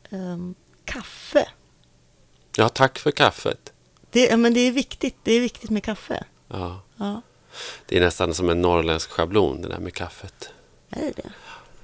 Kaffe. Ja, tack för kaffet. Men det är viktigt. Det är viktigt med kaffe. Ja. Ja. Det är nästan som en norrländsk schablon, det där med kaffet. Är det det?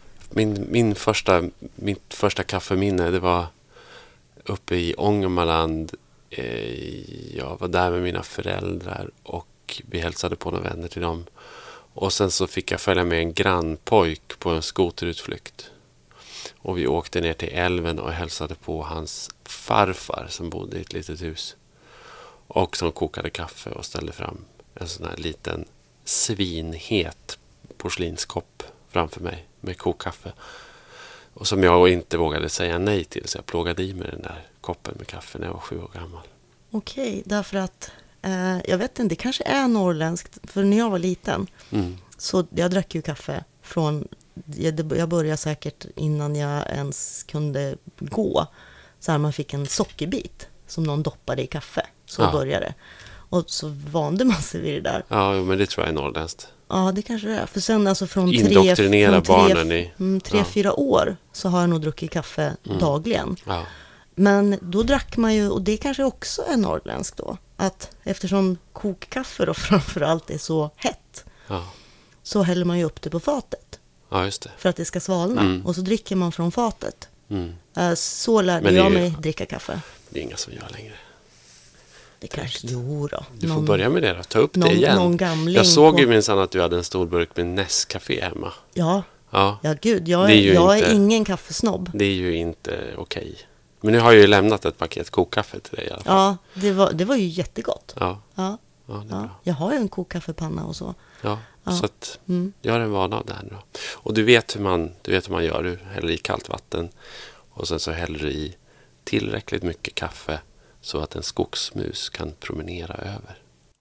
Mitt första kaffeminne, det var uppe i Ångermanland. Jag var där med mina föräldrar och vi hälsade på några vänner till dem. Och sen så fick jag följa med en grannpojk på en skoterutflykt. Och vi åkte ner till älven och hälsade på hans farfar som bodde i ett litet hus. Och som kokade kaffe och ställde fram en sån här liten svinhet porslinskopp framför mig med kokkaffe. Och som jag inte vågade säga nej till, så jag plågade i mig den där koppen med kaffe när jag var 7 år gammal. Okej, därför att jag vet inte, det kanske är norrländskt. För när jag var liten så jag drack ju kaffe från, jag började säkert innan jag ens kunde gå. Så här man fick en sockerbit som någon doppade i kaffe. Så började det. Och så vande man sig vid det där. Ja, men det tror jag är norrländskt. Ja, det kanske det är. För sen alltså från indoktrinera barnen i 3-4 år så har jag nog druckit kaffe dagligen. Ja. Men då drack man ju, och det kanske också är norrländskt då, att eftersom kokkaffe då framförallt är så hett så häller man ju upp det på fatet. Ja, just det. För att det ska svalna. Och så dricker man från fatet. Så lärde Men jag mig dricka kaffe. Det är inga som gör längre. Det kanske, jo då. Du får börja med det då. Ta upp det igen. Någon gamling jag såg ju minsann att du hade en stor burk med Nescafé hemma. Ja, gud. Jag är ingen kaffesnobb. Det är ju inte okej. Men nu har jag ju lämnat ett paket kokkaffe till dig i alla fall. Ja, det var ju jättegott. Ja, det är bra. Jag har ju en kokkaffepanna och så. Ja. Så att jag har en vana av det här nu då. Och du vet hur man gör. Du häller i kallt vatten och sen så häller du i tillräckligt mycket kaffe så att en skogsmus kan promenera över.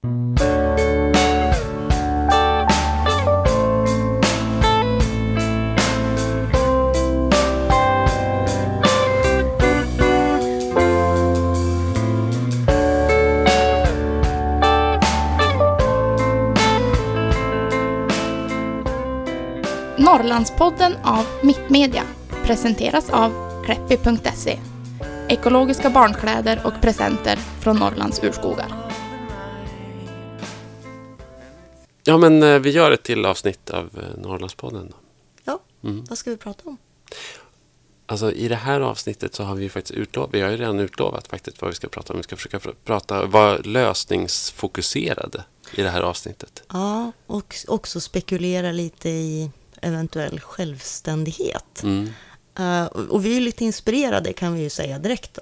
Norrlandspodden av Mittmedia presenteras av Kleppi.se. Ekologiska barnkläder och presenter från Norrlands urskogar. Ja, men vi gör ett till avsnitt av Norrlandspodden då. Ja, vad ska vi prata om? Alltså i det här avsnittet så har vi faktiskt vi har ju redan utlovat faktiskt vad vi ska prata om. Vi ska försöka vara lösningsfokuserade i det här avsnittet. Ja, och också spekulera lite i eventuell självständighet. Och vi är lite inspirerade, kan vi ju säga, direkt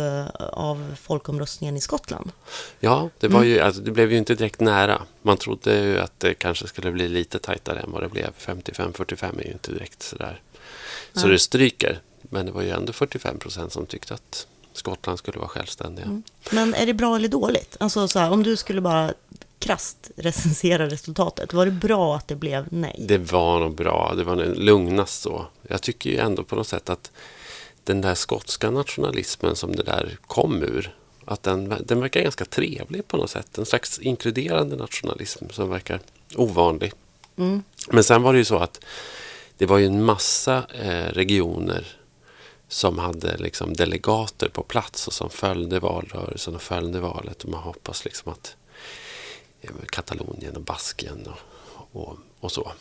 av folkomröstningen i Skottland. Ja, det var ju, alltså, det blev ju inte direkt nära. Man trodde ju att det kanske skulle bli lite tajtare än vad det blev. 55-45 är ju inte direkt sådär. Så det stryker. Men det var ju ändå 45% som tyckte att Skottland skulle vara självständiga. Men är det bra eller dåligt? Alltså så här, om du skulle bara krasst recensera resultatet. Var det bra att det blev nej? Det var nog bra. Det var lugnast så. Jag tycker ju ändå på något sätt att den där skotska nationalismen som det där kom ur, att den verkar ganska trevlig på något sätt. En slags inkluderande nationalism som verkar ovanlig. Men sen var det ju så att det var ju en massa regioner som hade liksom delegater på plats och som följde valrörelsen och följde valet. Och man hoppas liksom att Katalonien och Baskien och så.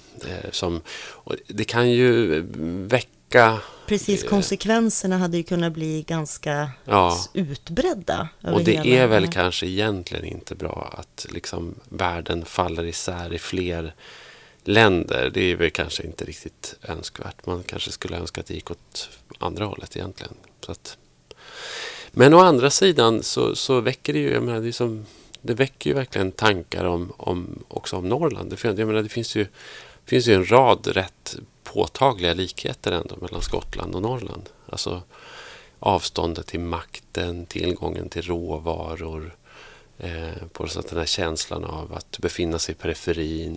Och det kan ju väcka... Precis, konsekvenserna hade ju kunnat bli ganska utbredda. Och det är väl kanske egentligen inte bra att liksom världen faller isär i fler länder. Det är väl kanske inte riktigt önskvärt. Man kanske skulle önska att det gick åt andra hållet egentligen. Så att... Men å andra sidan så väcker det ju, jag menar, det väcker ju verkligen tankar också om Norrland. Jag menar, det finns ju en rad rätt påtagliga likheter ändå mellan Skottland och Norrland. Alltså avståndet till makten, tillgången till råvaror, på så att den här känslan av att befinna sig i periferin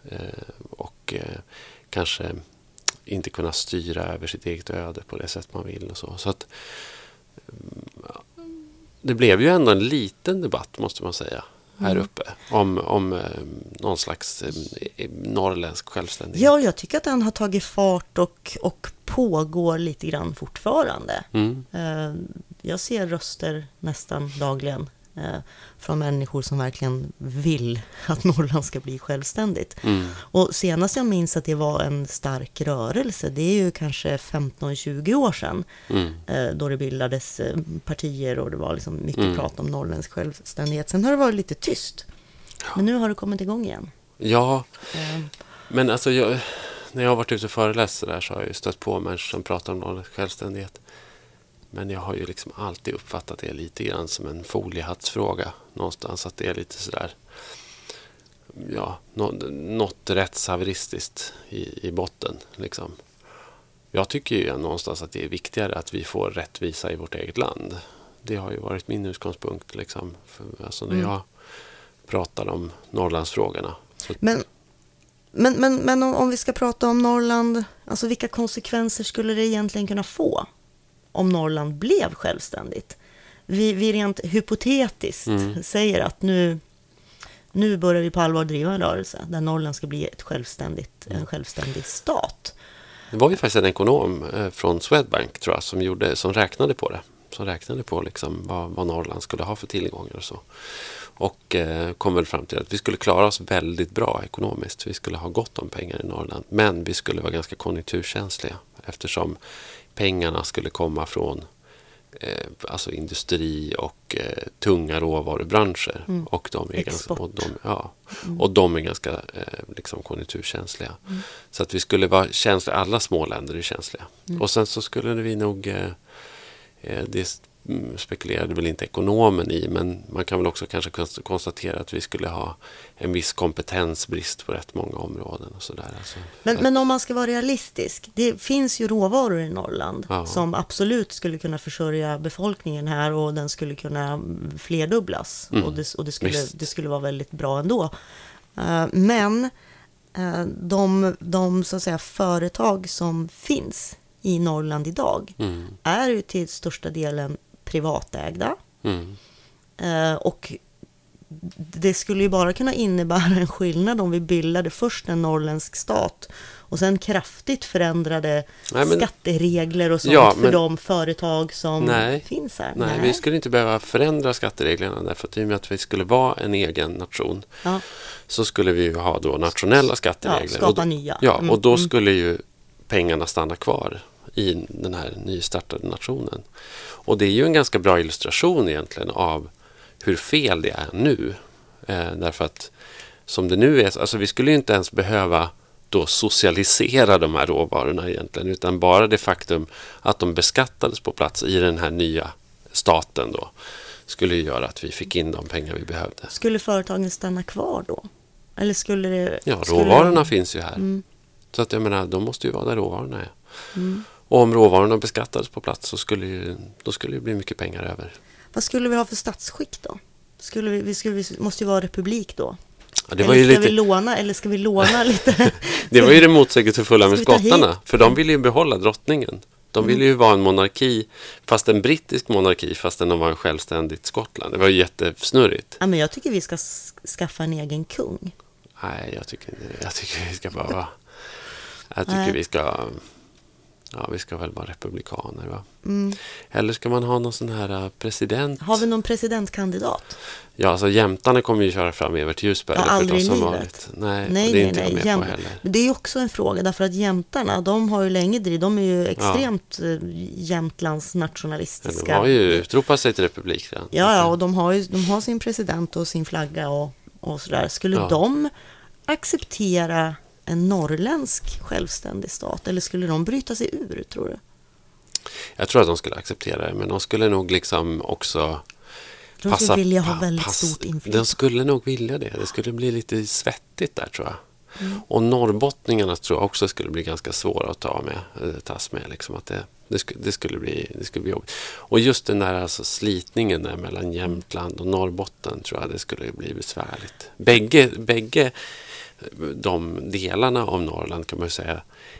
och kanske inte kunna styra över sitt eget öde på det sätt man vill och så. Så att det blev ju ändå en liten debatt, måste man säga, här uppe om någon slags norrländsk självständighet. Ja, jag tycker att den har tagit fart och pågår lite grann fortfarande. Jag ser röster nästan dagligen från människor som verkligen vill att Norrland ska bli självständigt. Och senast jag minns att det var en stark rörelse, det är ju kanske 15-20 år sedan då det bildades partier och det var liksom mycket prat om norrländsk självständighet. Sen har det varit lite tyst. Men nu har det kommit igång igen. Ja, men alltså när jag har varit ute och föreläst så har jag ju stött på människor som pratar om norrländsk självständighet. Men jag har ju liksom alltid uppfattat det lite grann som en foliehattsfråga någonstans. Att det är lite sådär, ja, något rättshaveristiskt i botten. Liksom. Jag tycker ju någonstans att det är viktigare att vi får rättvisa i vårt eget land. Det har ju varit min utgångspunkt liksom, alltså när jag pratar om Norrlandsfrågorna. Men om vi ska prata om Norrland, alltså vilka konsekvenser skulle det egentligen kunna få om Norrland blev självständigt? Vi rent hypotetiskt säger att nu börjar vi på allvar driva en rörelse där Norrland ska bli en självständig stat. Det var ju faktiskt en ekonom från Swedbank tror jag som räknade på det. Som räknade på liksom vad Norrland skulle ha för tillgångar och så. Och kom väl fram till att vi skulle klara oss väldigt bra ekonomiskt. Vi skulle ha gott om pengar i Norrland. Men vi skulle vara ganska konjunkturkänsliga eftersom pengarna skulle komma från alltså industri och tunga råvarubranscher. Och de är ganska liksom konjunkturkänsliga. Så att vi skulle vara känsliga. Alla små länder är känsliga. Och sen så skulle vi nog det spekulerade väl inte ekonomen i, men man kan väl också kanske konstatera att vi skulle ha en viss kompetensbrist på rätt många områden och sådär. Alltså, men om man ska vara realistisk, det finns ju råvaror i Norrland som absolut skulle kunna försörja befolkningen här och den skulle kunna flerdubblas och det skulle vara väldigt bra ändå. Men de så att säga företag som finns i Norrland idag är ju till största delen privatägda. Och det skulle ju bara kunna innebära en skillnad om vi bildade först en norrländsk stat och sen kraftigt förändrade skatteregler och sånt för de företag som finns här. Nej, vi skulle inte behöva förändra skattereglerna därför att i och med att vi skulle vara en egen nation så skulle vi ju ha då nationella skatteregler. Skapa nya. Ja, och då skulle ju pengarna stanna kvar i den här nystartade nationen. Och det är ju en ganska bra illustration egentligen av hur fel det är nu. Därför att som det nu är, alltså vi skulle ju inte ens behöva då socialisera de här råvarorna egentligen, utan bara det faktum att de beskattades på plats i den här nya staten då skulle ju göra att vi fick in de pengar vi behövde. Skulle företagen stanna kvar då? Eller skulle det... Ja, råvarorna finns ju här. Så att jag menar, de måste ju vara där råvarorna är. Och om råvarorna beskattades på plats så skulle det bli mycket pengar över. Vad skulle vi ha för statsskick då? Vi måste ju vara republik då. Ja, det var ju ska vi låna lite? Det var ju det motsägelsefulla med skottarna. För de ville ju behålla drottningen. De ville ju vara en monarki, fast en brittisk monarki, fast den var en självständigt Skottland. Det var ju jättesnurrigt. Ja, men jag tycker vi ska skaffa en egen kung. Nej, jag tycker inte det. Jag tycker vi ska bara... Jag tycker vi ska... Ja, vi ska väl vara republikaner, va? Eller ska man ha någon sån här president? Har vi någon presidentkandidat? Ja, alltså jämtarna kommer ju köra fram Evert Ljusberg. Ja, aldrig i livet. Nej, det är inte jag med på heller. Det är också en fråga, därför att jämtarna, de har ju länge drivit, de är ju extremt Jämtlands nationalistiska. De har ju utropat sig till republik redan. Ja, och de har sin president och sin flagga och sådär. Skulle de acceptera en norrländsk självständig stat, eller skulle de bryta sig ur, tror du? Jag tror att de skulle acceptera det, men de skulle nog liksom också de skulle vilja ha väldigt stort inflytande. De skulle nog vilja det. Det skulle bli lite svettigt där, tror jag. Och norrbottningarna tror jag också skulle bli ganska svåra att tas med liksom, att det skulle bli jobbigt. Och just den där alltså slitningen där mellan Jämtland och Norrbotten tror jag det skulle bli besvärligt. Bägge de delarna av Norrland kan man säga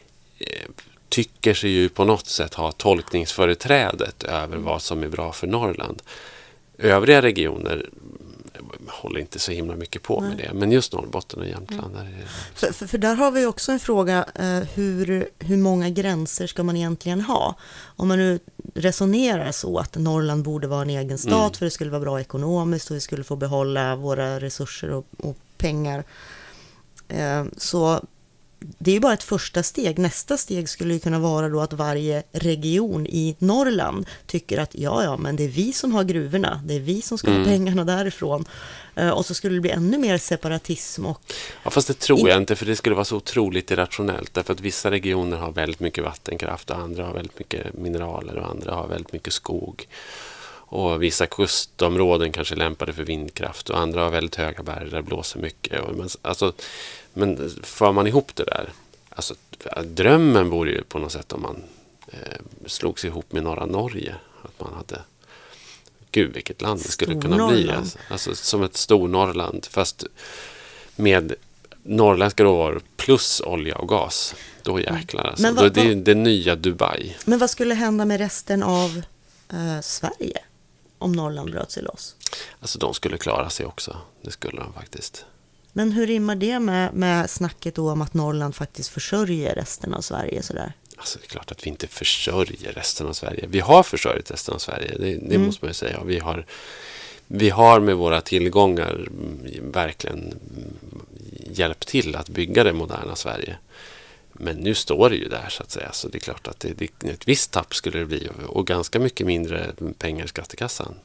tycker sig ju på något sätt ha tolkningsföreträdet över vad som är bra för Norrland. Övriga regioner håller inte så himla mycket på med det. Men just Norrbotten och Jämtland. Där är det... För där har vi också en fråga, hur många gränser ska man egentligen ha? Om man nu resonerar så att Norrland borde vara en egen stat för det skulle vara bra ekonomiskt och vi skulle få behålla våra resurser och pengar. Så det är ju bara ett första steg. Nästa steg skulle ju kunna vara då att varje region i Norrland tycker att men det är vi som har gruvorna. Det är vi som ska ha pengarna därifrån. Och så skulle det bli ännu mer separatism. Ja, fast det tror jag inte, för det skulle vara så otroligt irrationellt. Därför att vissa regioner har väldigt mycket vattenkraft och andra har väldigt mycket mineraler och andra har väldigt mycket skog. Och vissa kustområden kanske är lämpade för vindkraft och andra har väldigt höga berg där det blåser mycket. Men får man ihop det där, alltså, drömmen vore ju på något sätt om man slogs ihop med norra Norge. Att man hade, gud vilket land det skulle kunna bli. Alltså som ett stor Norrland, fast med norrländska råvaror plus olja och gas. Då jäklar alltså. Men då är det nya Dubai. Men vad skulle hända med resten av Sverige om Norrland bröt sig loss? Alltså de skulle klara sig också. Det skulle de faktiskt. Men hur rimmar det med snacket då om att Norrland faktiskt försörjer resten av Sverige sådär? Alltså det är klart att vi inte försörjer resten av Sverige. Vi har försörjt resten av Sverige, det måste man ju säga. Vi har med våra tillgångar verkligen hjälpt till att bygga det moderna Sverige. Men nu står det ju där så att säga. Så det är klart att ett visst tapp skulle det bli och ganska mycket mindre pengar i skattekassan.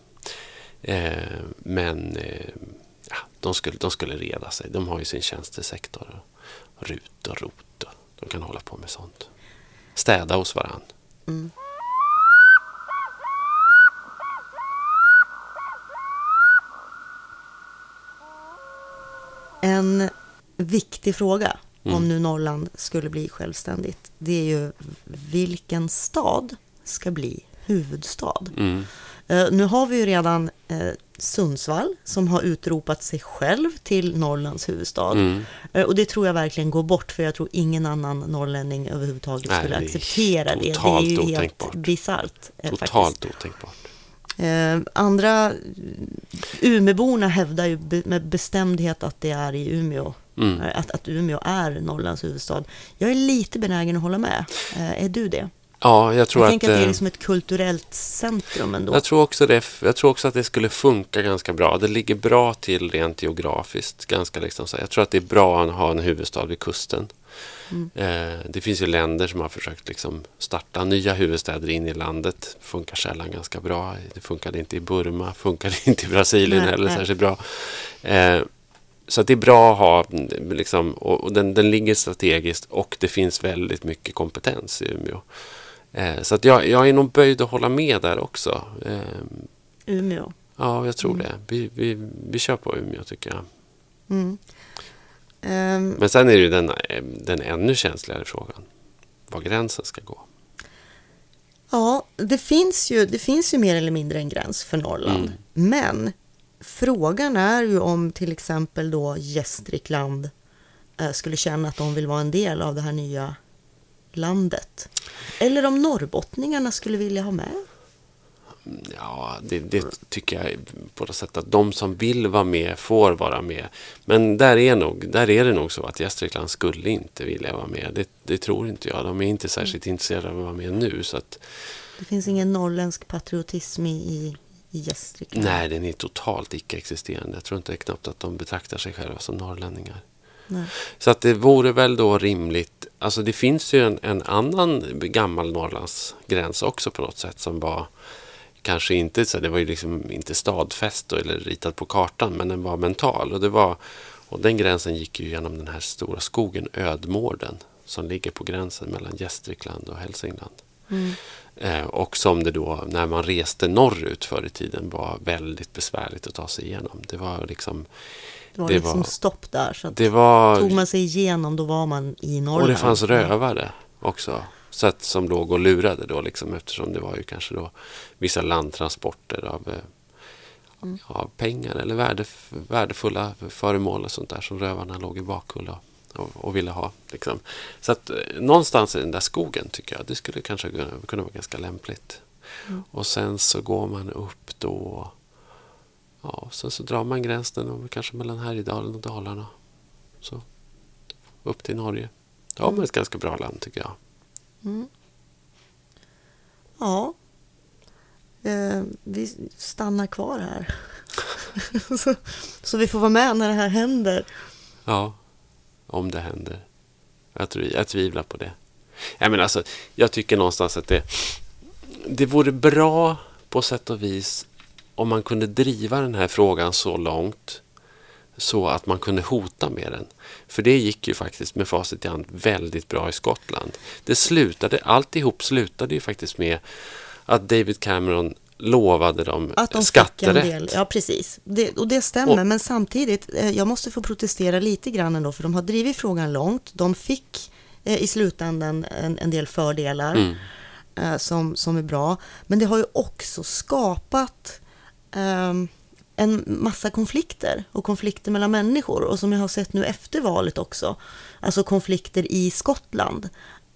Men de skulle reda sig. De har ju sin tjänstesektor och RUT och ROT. De kan hålla på med sånt. Städa hos varann. Mm. En viktig fråga om nu Norrland skulle bli självständigt, det är ju vilken stad ska bli huvudstad. Nu har vi ju redan Sundsvall som har utropat sig själv till Norrlands huvudstad. Och det tror jag verkligen går bort, för jag tror ingen annan norrlänning överhuvudtaget skulle acceptera det. Det är ju helt bisarrt. Totalt otänkbart. Andra Umeåborna hävdar ju med bestämdhet att det är i Umeå. Att Umeå är Norrlands huvudstad. Jag är lite benägen att hålla med. Är du det? Ja, jag tänker att det är liksom ett kulturellt centrum ändå. Jag tror också att det skulle funka ganska bra. Det ligger bra till rent geografiskt. Ganska liksom så. Jag tror att det är bra att ha en huvudstad vid kusten. Det finns ju länder som har försökt liksom starta nya huvudstäder in i landet. Det funkar sällan ganska bra. Det funkade inte i Burma, funkade inte i Brasilien heller särskilt bra. Så att det är bra att ha liksom, och den ligger strategiskt och det finns väldigt mycket kompetens i Umeå. Så att jag är nog böjd att hålla med där också. Umeå? Ja, jag tror det. Vi kör på Umeå tycker jag. Men sen är det ju den ännu känsligare frågan. Var gränsen ska gå. Ja, det finns ju mer eller mindre en gräns för Norrland. Men frågan är ju om till exempel då Gästrikland skulle känna att de vill vara en del av det här nya landet. Eller om norrbottningarna skulle vilja ha med. Ja, det tycker jag på något sätt att de som vill vara med får vara med. Men där är det nog så att Gästrikland skulle inte vilja vara med. Det tror inte jag. De är inte särskilt intresserade av att vara med nu. Så att... Det finns ingen norrländsk patriotism i Gästrikland. Nej, den är totalt icke-existerande. Jag tror inte knappt att de betraktar sig själva som norrlänningar. Nej. Så att det vore väl då rimligt. Alltså det finns ju en annan gammal Norrlands gräns också på något sätt som var kanske inte så, det var ju liksom inte stadfäst eller ritad på kartan, men den var mental och den gränsen gick ju genom den här stora skogen Ödmården som ligger på gränsen mellan Gästrikland och Hälsingland. Och som det då när man reste norrut förr i tiden var väldigt besvärligt att ta sig igenom. Det var liksom stopp där, så att tog man sig igenom då var man i Norrland. Och det fanns rövare också. Så att, som låg och lurade då liksom, eftersom det var ju kanske då vissa landtransporter av pengar eller värdefulla föremål och sånt där som rövarna låg i bakhåll och ville ha liksom. Så att någonstans i den där skogen tycker jag det skulle kanske kunna vara ganska lämpligt. Och sen så går man upp då Ja, sen så drar man gränsen och kanske mellan Härjedalen och Dalarna. Så upp till Norge. Då har man ett ganska bra land tycker jag. Ja. Vi stannar kvar här. så vi får vara med när det här händer. Ja, om det händer. Jag tvivlar på det. Jag tycker någonstans att det vore bra på sätt och vis om man kunde driva den här frågan så långt så att man kunde hota med den. För det gick ju faktiskt med facit i hand väldigt bra i Skottland. Alltihop slutade ju faktiskt med att David Cameron lovade dem att de skatterätt. Ja, precis. Det stämmer, men samtidigt, jag måste få protestera lite grann ändå, för de har drivit frågan långt. De fick i slutändan en del fördelar som är bra. Men det har ju också skapat en massa konflikter och konflikter mellan människor, och som jag har sett nu efter valet också, alltså konflikter i Skottland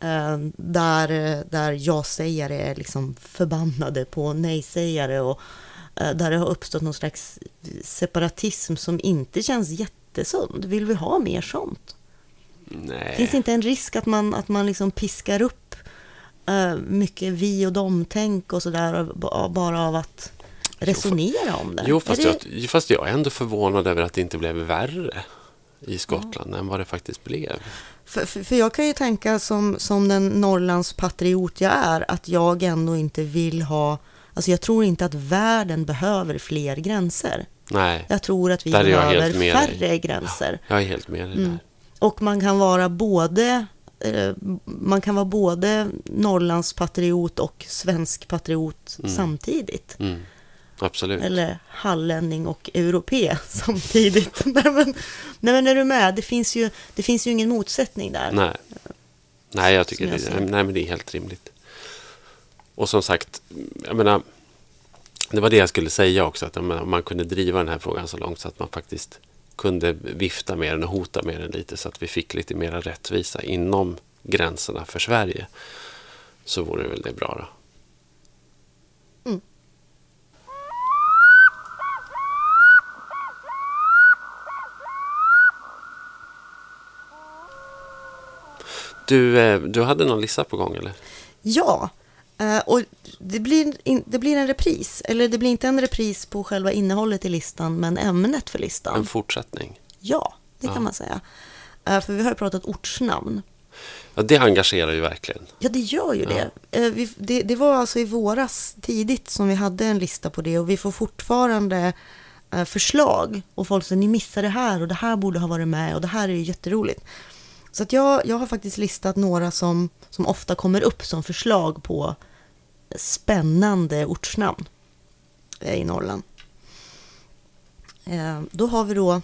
där ja-sägare är liksom förbannade på nej-sägare, och där det har uppstått någon slags separatism som inte känns jättesund. Vill vi ha mer sånt? Nej. Finns inte en risk att man liksom piskar upp mycket vi och dem-tänk och sådär bara av att resonera om det? Jo, fast jag är ändå förvånad över att det inte blev värre i Skottland än vad det faktiskt blev. För jag kan ju tänka som den Norrlandspatriot jag är, att jag ändå inte vill ha... Alltså jag tror inte att världen behöver fler gränser. Nej. Jag tror att vi behöver färre gränser. Jag är helt med dig där. Och man kan vara både Norrlandspatriot och svensk patriot samtidigt. Absolut. Eller hallänning och europé samtidigt. Nej, men är du med? Det finns ju ingen motsättning där. Nej, jag tycker men det är helt rimligt. Och som sagt, jag menar, det var det jag skulle säga också, att om man kunde driva den här frågan så långt så att man faktiskt kunde vifta med den och hota med den lite, så att vi fick lite mer rättvisa inom gränserna för Sverige, så vore väl det bra då. Du hade någon lista på gång, eller? Ja, och det blir en repris. Eller det blir inte en repris på själva innehållet i listan, men ämnet för listan. En fortsättning. Ja, det kan man säga. För vi har ju pratat ortsnamn. Ja, det engagerar ju verkligen. Ja, det gör ju det. Det var alltså i våras tidigt som vi hade en lista på det, och vi får fortfarande förslag. Och folk säger, ni missar det här och det här borde ha varit med och det här är ju jätteroligt. Så att jag har faktiskt listat några som ofta kommer upp som förslag på spännande ortsnamn i Norrland. Då har vi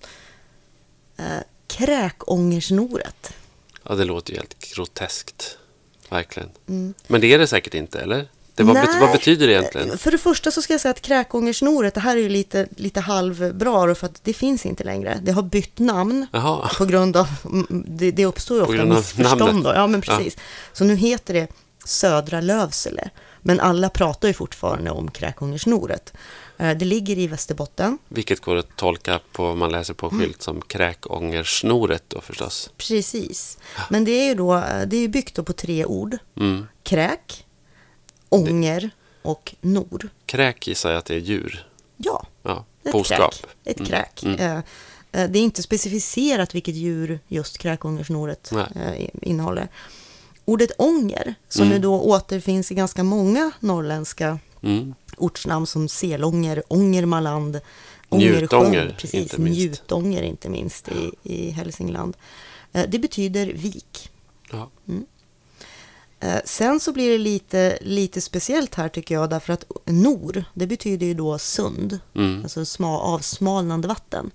Kräkångersnoret. Ja, det låter ju helt groteskt. Verkligen. Men det är det säkert inte, eller? Vad betyder det egentligen? För det första så ska jag säga att Kräkångersnoret, det här är ju lite halvbra, för att det finns inte längre. Det har bytt namn. Jaha. På grund av, det uppstår ju ofta missförstånd då. Ja, men precis. Ja. Så nu heter det Södra Lövsele. Men alla pratar ju fortfarande om Kräkångersnoret. Det ligger i Västerbotten. Vilket går att tolka på, om man läser på skylt, som Kräkångersnoret då förstås. Precis. Men det är ju byggt på 3 ord. Kräk, ånger och nor. Kräk gissar jag att det är djur. Ja, boskap. Ett kräk. Det är inte specificerat vilket djur just Kräkångersnoret innehåller. Ordet ånger, som ju då återfinns i ganska många norrländska ortsnamn, som Selånger, Ångermanland, Njutånger, precis, inte minst. Njutånger inte minst i Hälsingland. Det betyder vik. Ja. Sen så blir det lite speciellt här tycker jag, därför att nor, det betyder ju då sund, alltså avsmalnande vatten.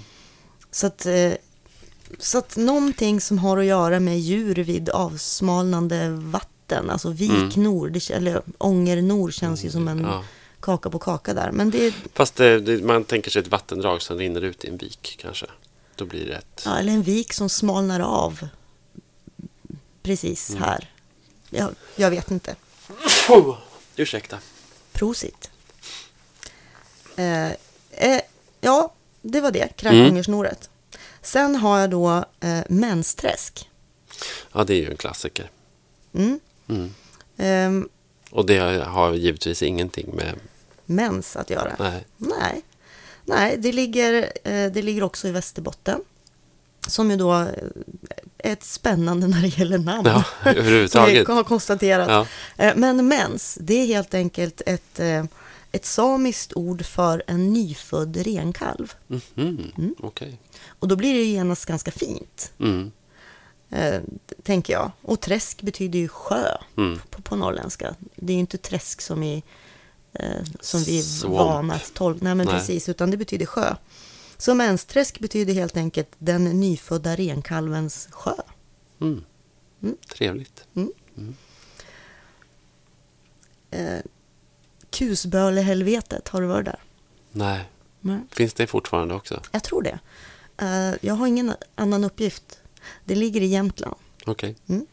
Så att någonting som har att göra med djur vid avsmalnande vatten, alltså viknor, eller ångernor, känns ju som en kaka på kaka där. Men fast man tänker sig ett vattendrag som rinner ut i en vik kanske. Då blir det Ja, eller en vik som smalnar av precis här. Jag vet inte. Ursäkta. Prosit. Ja, det var det. Kräkungersnoret. Sen har jag då mensträsk. Ja, det är ju en klassiker. Mm. Och det har givetvis ingenting med Mens att göra. Nej, det ligger också i Västerbotten. Som ju då är ett spännande när det gäller namn. Ja, överhuvudtaget. Som vi har konstaterat. Ja. Men mens, det är helt enkelt ett samiskt ord för en nyfödd renkalv. Okej. Och då blir det ju genast ganska fint. Tänker jag. Och träsk betyder ju sjö på norrländska. Det är ju inte träsk som vi är vana att tolka. Nej, men precis, utan det betyder sjö. Så mensträsk betyder helt enkelt den nyfödda renkalvens sjö. Trevligt. Kusbölehelvetet, har du varit där? Nej. Nej. Finns det fortfarande också? Jag tror det. Jag har ingen annan uppgift. Det ligger i Jämtland. Okej.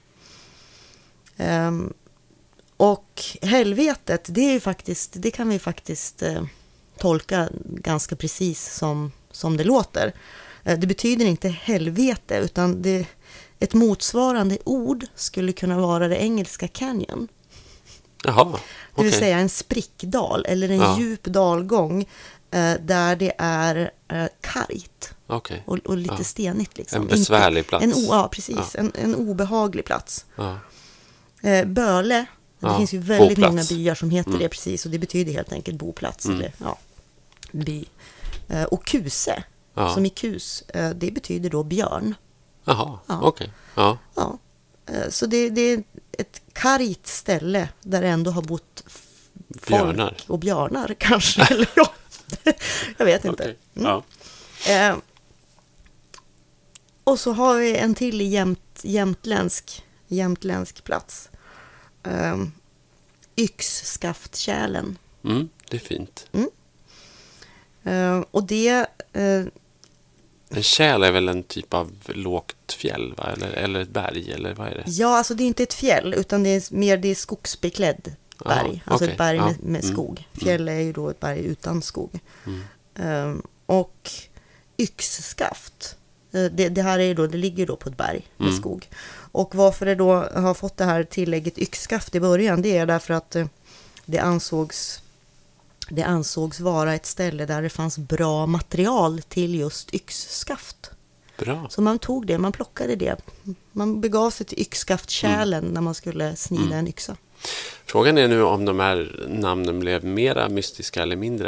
Och helvetet, det är ju faktiskt, det kan vi faktiskt tolka ganska precis som det låter. Det betyder inte helvete, utan ett motsvarande ord skulle kunna vara det engelska canyon. Jaha, okej. Det vill säga en sprickdal eller en djup dalgång där det är kargt. Okej. Och lite stenigt liksom. En besvärlig plats. Precis. Ja. En obehaglig plats. Ja. Böle, det finns ju väldigt boplats. många byar som heter det precis. Och det betyder helt enkelt boplats. Eller, by. Och kuse, som i kus, det betyder då björn. Jaha, okej. Ja. Ja. Så det är ett kargt ställe där det ändå har bott Björnar. folk och björnar kanske. Eller jag vet inte. Okay. Ja. Och så har vi en till i jämtländsk plats. Yxskafttjälen. Det är fint. Och det... En tjäl är väl en typ av lågt fjäll, va? Eller ett berg, eller vad är det? Ja, alltså det är inte ett fjäll, utan det är skogsbeklädd berg. Alltså ett berg med skog. Fjäll är ju då ett berg utan skog. Och yxskaft, det här är ju då, det ligger då på ett berg med skog. Och varför det då har fått det här tillägget yxskaft i början, det är därför att det ansågs vara ett ställe där det fanns bra material till just yxskaft. Bra. Så man tog det, man plockade det. Man begav sig till yxskaftkärlen när man skulle snida en yxa. Frågan är nu om de här namnen blev mera mystiska eller mindre.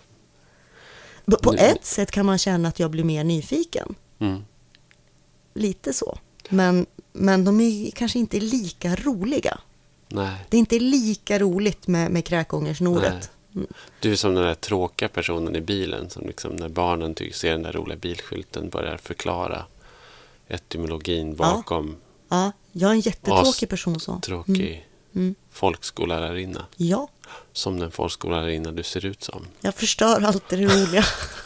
På ett sätt kan man känna att jag blir mer nyfiken. Lite så. Men de är kanske inte lika roliga. Nej. Det är inte lika roligt med kräkungersnoret. Du är som den där tråkiga personen i bilen som liksom när barnen ser den där roliga bilskylten börjar förklara etymologin bakom. Ja, jag är en jättetråkig person så. Tråkig folkskollarärinna. Ja. Som den folkskollarärinna du ser ut som. Jag förstör alltid det roliga.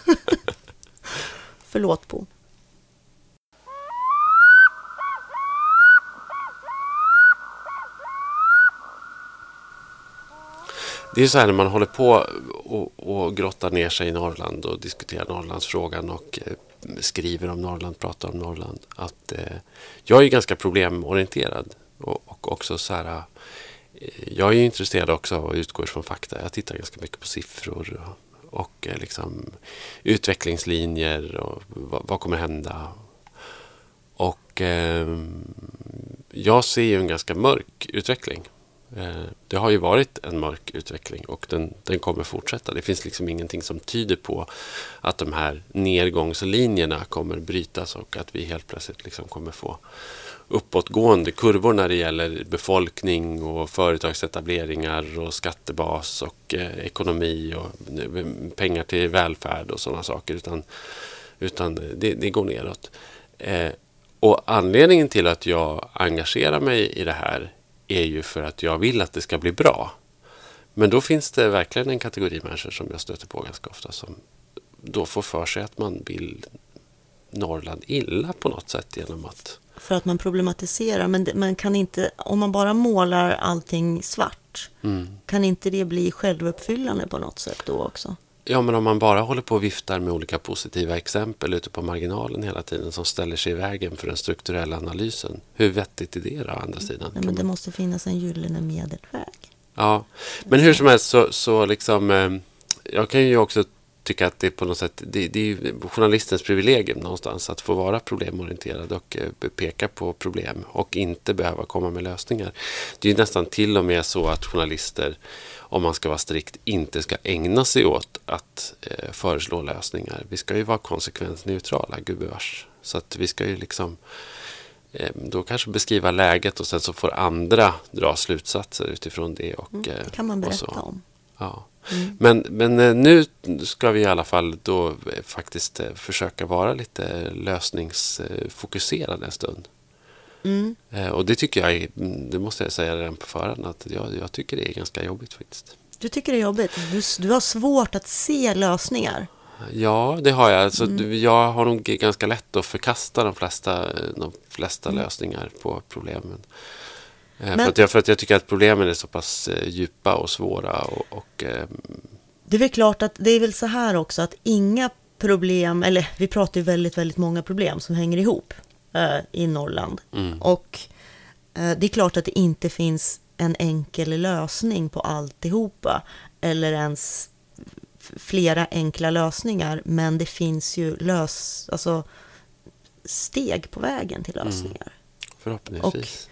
Förlåt, Bo. Det är så här när man håller på och grottar ner sig i Norrland och diskuterar Norrlandsfrågan och skriver om Norrland, pratar om Norrland, att jag är ganska problemorienterad och också så här, jag är intresserad också av att utgå från fakta. Jag tittar ganska mycket på siffror och liksom utvecklingslinjer och vad kommer hända. Och jag ser ju en ganska mörk utveckling. Det har ju varit en mörk utveckling och den kommer fortsätta. Det finns liksom ingenting som tyder på att de här nedgångslinjerna kommer brytas och att vi helt plötsligt liksom kommer få uppåtgående kurvor när det gäller befolkning och företagsetableringar och skattebas och ekonomi och pengar till välfärd och sådana saker, utan det går neråt. Och anledningen till att jag engagerar mig i det här är ju för att jag vill att det ska bli bra. Men då finns det verkligen en kategori människor som jag stöter på ganska ofta som då får för sig att man vill Norrland illa på något sätt genom att... För att man problematiserar, men man kan inte, om man bara målar allting svart, kan inte det bli självuppfyllande på något sätt då också? Ja, men om man bara håller på och viftar med olika positiva exempel ute på marginalen hela tiden som ställer sig i vägen för den strukturella analysen. Hur vettigt är det då, å andra sidan? Nej, men det måste finnas en gyllene medelväg. Ja, men hur som helst så liksom... Jag kan ju också tycka att det är på något sätt... Det är ju journalistens privilegium någonstans att få vara problemorienterad och peka på problem och inte behöva komma med lösningar. Det är ju nästan till och med så att journalister, om man ska vara strikt, inte ska ägna sig åt att föreslå lösningar. Vi ska ju vara konsekvensneutrala, gubevars. Så att vi ska ju liksom då kanske beskriva läget och sen så får andra dra slutsatser utifrån det. Och, det kan man berätta om. Ja. Men nu ska vi i alla fall då faktiskt försöka vara lite lösningsfokuserade en stund. Och det tycker jag, det måste jag säga redan på förhand, att jag tycker det är ganska jobbigt faktiskt. Du tycker det är jobbigt? Du har svårt att se lösningar? Ja, det har jag. Alltså, jag har nog ganska lätt att förkasta de flesta lösningar på problemen. För att jag tycker att problemen är så pass djupa och svåra. Det är väl klart att det är väl så här också att inga problem, eller vi pratar ju väldigt, väldigt många problem som hänger ihop i Norrland. Och det är klart att det inte finns en enkel lösning på alltihopa eller ens flera enkla lösningar, men det finns ju steg på vägen till lösningar. Förhoppningsvis.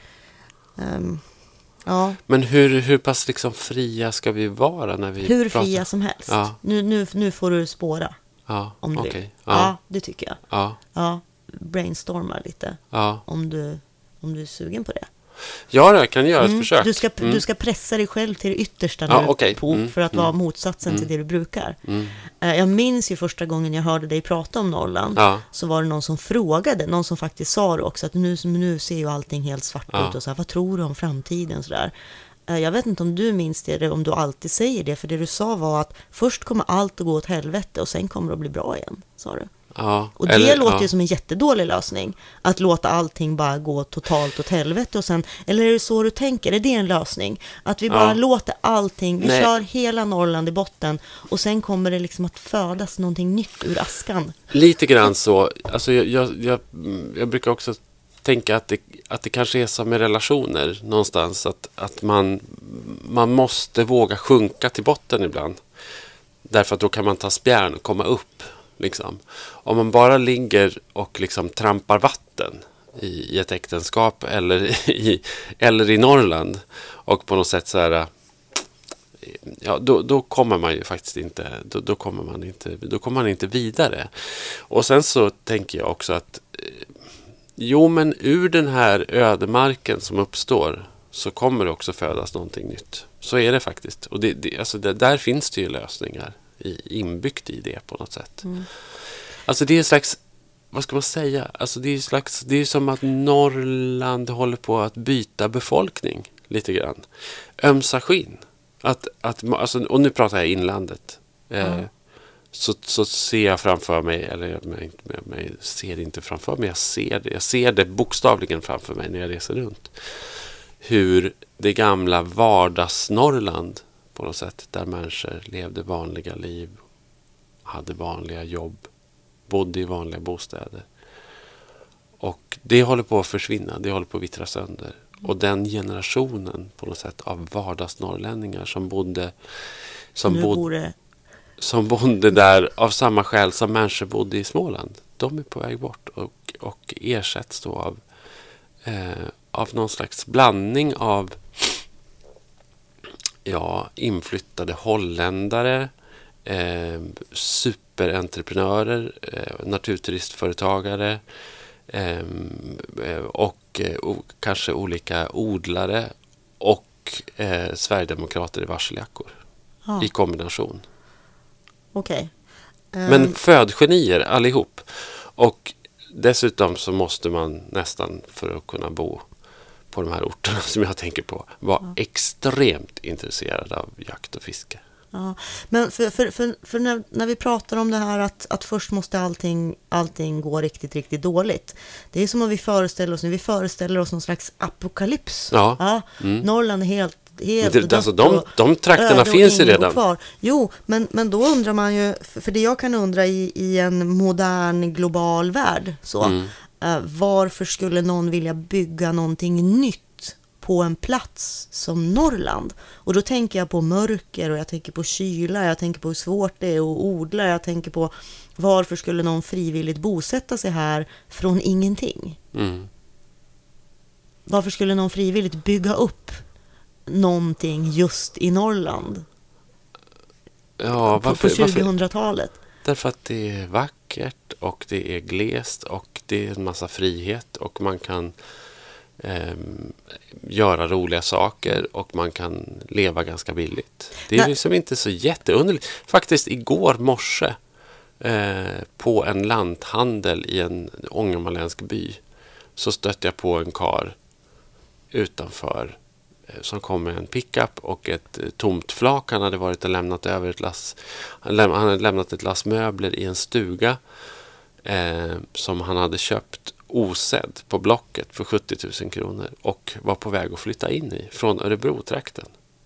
Ja. Men hur pass liksom fria ska vi vara när vi hur pratar? fria som helst. Ja. Nu får du spåra. Ja, om du okay. vill. Ja. Ja, det tycker jag. Ja. Brainstorma lite. Ja. Om du är sugen på det. Ja, jag kan göra ett försök. Du ska pressa dig själv till det yttersta för att vara motsatsen till det du brukar. Jag minns ju första gången jag hörde dig prata om Norrland, så var det någon som frågade, någon som faktiskt sa det också, att nu ser ju allting helt svart ut och så här, vad tror du om framtiden så där. Jag vet inte om du minns det, om du alltid säger det, för det du sa var att först kommer allt att gå åt helvete och sen kommer det att bli bra igen, sa du. Ja, och det låter ju som en jättedålig lösning, att låta allting bara gå totalt åt helvete och sen, eller är det så du tänker, är det en lösning? Att vi bara låter allting, vi kör hela Norrland i botten och sen kommer det liksom att födas någonting nytt ur askan. Lite grann så, alltså jag brukar också tänka att det kanske är som med relationer någonstans, att man måste våga sjunka till botten ibland, därför att då kan man ta spjärn och komma upp. Liksom. Om man bara ligger och liksom trampar vatten i ett äktenskap eller i Norrland och på något sätt så här, då kommer man ju faktiskt inte, då kommer man inte vidare. Och sen så tänker jag också att men ur den här ödemarken som uppstår så kommer det också födas någonting nytt. Så är det faktiskt. Och där finns det ju lösningar inbyggt i det på något sätt. Alltså det är en slags, vad ska man säga? Alltså det är som att Norrland håller på att byta befolkning lite grann. Ömsa skinn. Alltså, och nu pratar jag inlandet. Så ser jag framför mig, eller jag ser det inte framför mig, jag ser det bokstavligen framför mig när jag reser runt. Hur det gamla vardagsnorrland på något sätt, där människor levde vanliga liv, hade vanliga jobb, bodde i vanliga bostäder. Och det håller på att försvinna, det håller på att vittra sönder. Och den generationen på något sätt av vardagsnorrlänningar som bodde där av samma skäl som människor bodde i Småland, de är på väg bort och ersätts då av någon slags blandning av inflyttade holländare, superentreprenörer, naturturistföretagare och kanske olika odlare och sverigedemokrater i varseljackor i kombination. Okej. Men födgenier allihop. Och dessutom så måste man nästan, för att kunna bo på de här orterna som jag tänker på, vara extremt intresserad av jakt och fiske. Ja, men för när vi pratar om det här att först måste allting gå riktigt, riktigt dåligt. Det är som om vi föreställer oss någon slags apokalyps. Ja. Norrland är helt alltså de trakterna finns ju redan. Kvar. Jo, men då undrar man ju, för det jag kan undra i en modern global värld, så varför skulle någon vilja bygga någonting nytt på en plats som Norrland? Och då tänker jag på mörker och jag tänker på kyla, jag tänker på hur svårt det är att odla, jag tänker på varför skulle någon frivilligt bosätta sig här från ingenting? Varför skulle någon frivilligt bygga upp någonting just i Norrland på 2000-talet? Därför att det är vackert och det är glest och det är en massa frihet och man kan göra roliga saker och man kan leva ganska billigt. Det är liksom inte så jätteunderligt. Faktiskt igår morse på en lanthandel i en ångermanländsk by så stötte jag på en kar utanför som kom med en pickup och ett tomt flak. Han hade varit och lämnat över han hade lämnat ett lass möbler i en stuga som han hade köpt osedd på Blocket för 70 000 kronor och var på väg att flytta in i från Örebro-trakten.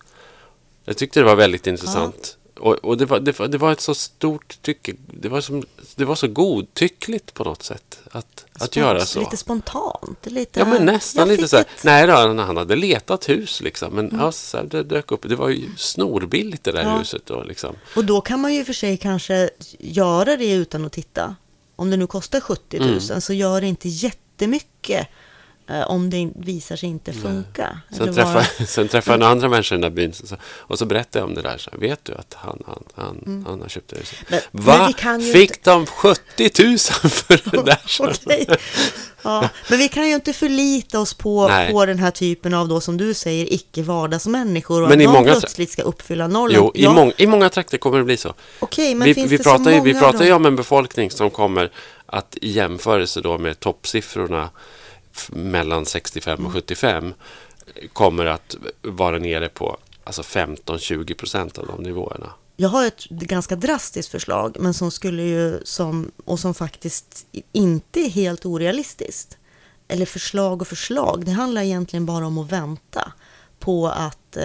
Jag tyckte det var väldigt intressant. Och det var ett så stort tycke. Det var så godtyckligt på något sätt att göra så. Lite spontant. Lite, ja, men nästan lite så här. Nej då, han hade letat hus liksom. Men så här, det dök upp. Det var ju snorbilligt det där huset då liksom. Och då kan man ju för sig kanske göra det utan att titta. Om det nu kostar 70 000 så gör det inte jättemycket om det visar sig inte funka. Sen träffade jag andra människor i den där byn och så berättade jag om det där. Så vet du att han har köpt det huset. Fick de 70 000 för det där? Okay. Ja, men vi kan ju inte förlita oss på den här typen av, då, som du säger, icke-vardagsmänniskor och men att de plötsligt ska uppfylla Norrland. Jo, i många trakter kommer det bli så. Okej, men vi pratar ju om en befolkning som kommer att i jämförelse då med toppsiffrorna mellan 65 och 75 kommer att vara nere på alltså 15-20% av de nivåerna. Jag har ett ganska drastiskt förslag, men som skulle ju som faktiskt inte är helt orealistiskt. Eller förslag. Det handlar egentligen bara om att vänta på att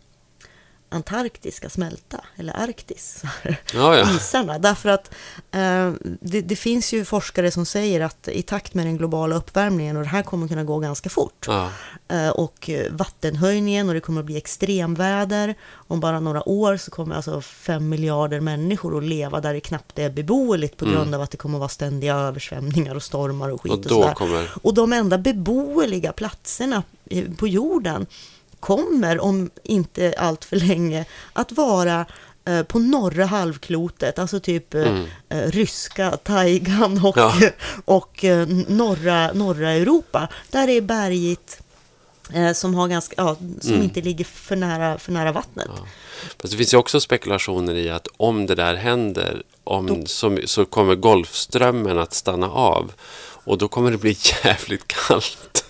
Antarktis ska smälta, eller Arktis, isarna. Därför att det finns ju forskare som säger att i takt med den globala uppvärmningen, och det här kommer kunna gå ganska fort, och vattenhöjningen, och det kommer att bli extremväder, om bara några år så kommer alltså 5 miljarder människor att leva där det knappt är beboeligt på grund av att det kommer att vara ständiga översvämningar och stormar och skit och sådär. Och de enda beboeliga platserna på jorden kommer om inte allt för länge att vara på norra halvklotet, alltså typ ryska taigan och norra Europa, där det är bergigt som har ganska som inte ligger för nära vattnet. Ja. Fast det finns ju också spekulationer i att om det där händer så kommer Golfströmmen att stanna av och då kommer det bli jävligt kallt.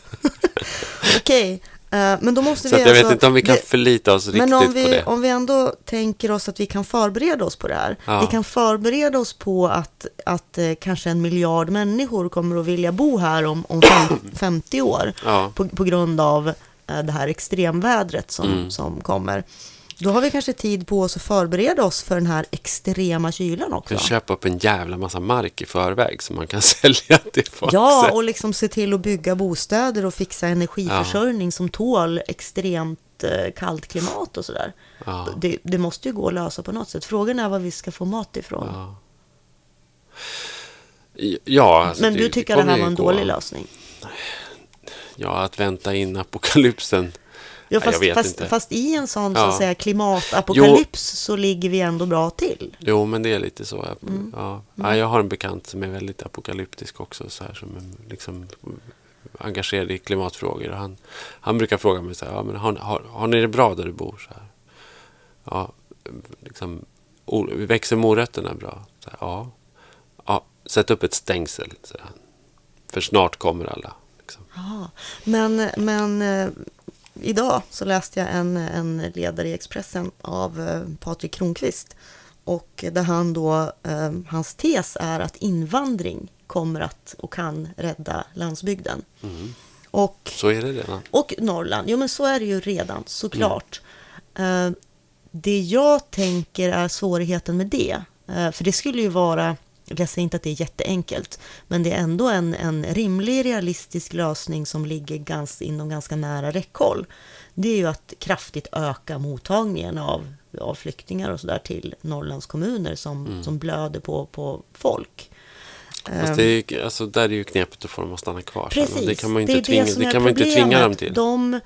Okej. Men då måste så vi jag vet inte om vi kan förlita oss riktigt på det. Om vi ändå tänker oss att vi kan förbereda oss på det här. Vi kan förbereda oss på att kanske 1 miljard människor kommer att vilja bo här om 50 år på grund av det här extremvädret som kommer. Då har vi kanske tid på oss att förbereda oss för den här extrema kylan också. Vi kan köpa upp en jävla massa mark i förväg som man kan sälja till folk. Ja, och liksom se till att bygga bostäder och fixa energiförsörjning som tål extremt kallt klimat och sådär. Ja. Det måste ju gå att lösa på något sätt. Frågan är var vi ska få mat ifrån. Ja, alltså men du tycker det här var en dålig lösning? Ja, att vänta in apokalypsen. Ja, fast i en sån så att säga klimatapokalyps så ligger vi ändå bra till. Jo, men det är lite så. Jag har en bekant som är väldigt apokalyptisk också, så här, som är liksom engagerad i klimatfrågor. Och han brukar fråga mig så här, men har ni det bra där du bor? Så här. Ja, liksom, växer morötterna bra? Så här, ja, sätt upp ett stängsel, så här. För snart kommer alla. Liksom. Ja, men idag så läste jag en ledare i Expressen av Patrik Kronqvist, och där han då hans tes är att invandring kommer att och kan rädda landsbygden. Och så är det redan. Och Norrland. Jo, men så är det ju redan, såklart. Det jag tänker är svårigheten med det. För det skulle ju vara, jag säger inte att det är jätteenkelt, men det är ändå en rimlig, realistisk lösning som ligger inom ganska nära räckhåll. Det är ju att kraftigt öka mottagningen av flyktingar och sådär till Norrlands kommuner som blöder på folk. Fast det är, alltså, där är ju knepet att få dem att stanna kvar. Precis, Det kan man inte tvinga dem till.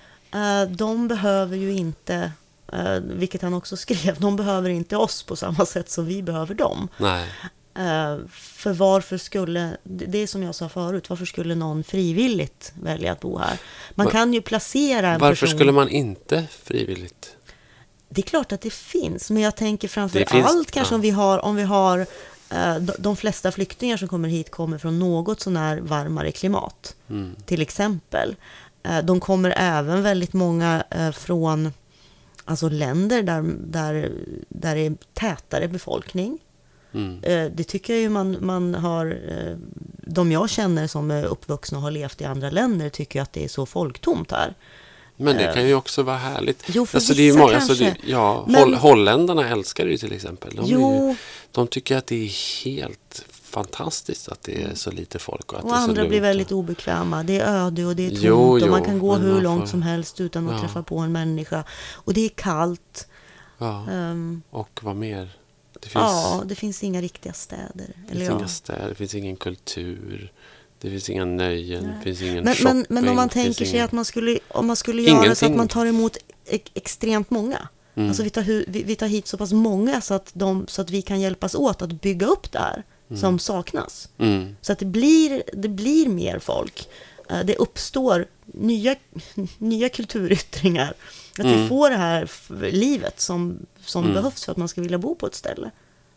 De behöver ju inte, vilket han också skrev, de behöver inte oss på samma sätt som vi behöver dem. Nej. För varför skulle, det är som jag sa förut, varför skulle någon frivilligt välja att bo här? Man kan ju placera en varför person. skulle man inte frivilligt? Det är klart att det finns, men jag tänker framför allt kanske om vi har de flesta flyktingar som kommer hit kommer från något sån här varmare klimat. Till exempel. De kommer även väldigt många från alltså länder där det är tätare befolkning. Det tycker jag ju man har, de jag känner som är uppvuxna och har levt i andra länder tycker att det är så folktomt här. Men det kan ju också vara härligt. Jo, för alltså, det är många, kanske. Men holländarna älskar det ju till exempel. De tycker att det är helt fantastiskt att det är så lite folk. Och andra blir väldigt obekväma. Det är öde och det är tomt och man kan gå hur långt som helst utan att träffa på en människa. Och det är kallt. Ja. Och vad mer? Det finns inga riktiga städer. Det finns ingen kultur. Det finns inga nöjen. Det finns ingen shopping. Men om man tänker sig att man skulle göra så att man tar emot extremt många. Alltså vi tar hit så pass många så att vi kan hjälpas åt att bygga upp det här som saknas. Så att det blir mer folk. Det uppstår nya kulturyttringar. Att vi får det här livet som behövs för att man ska vilja bo på ett ställe.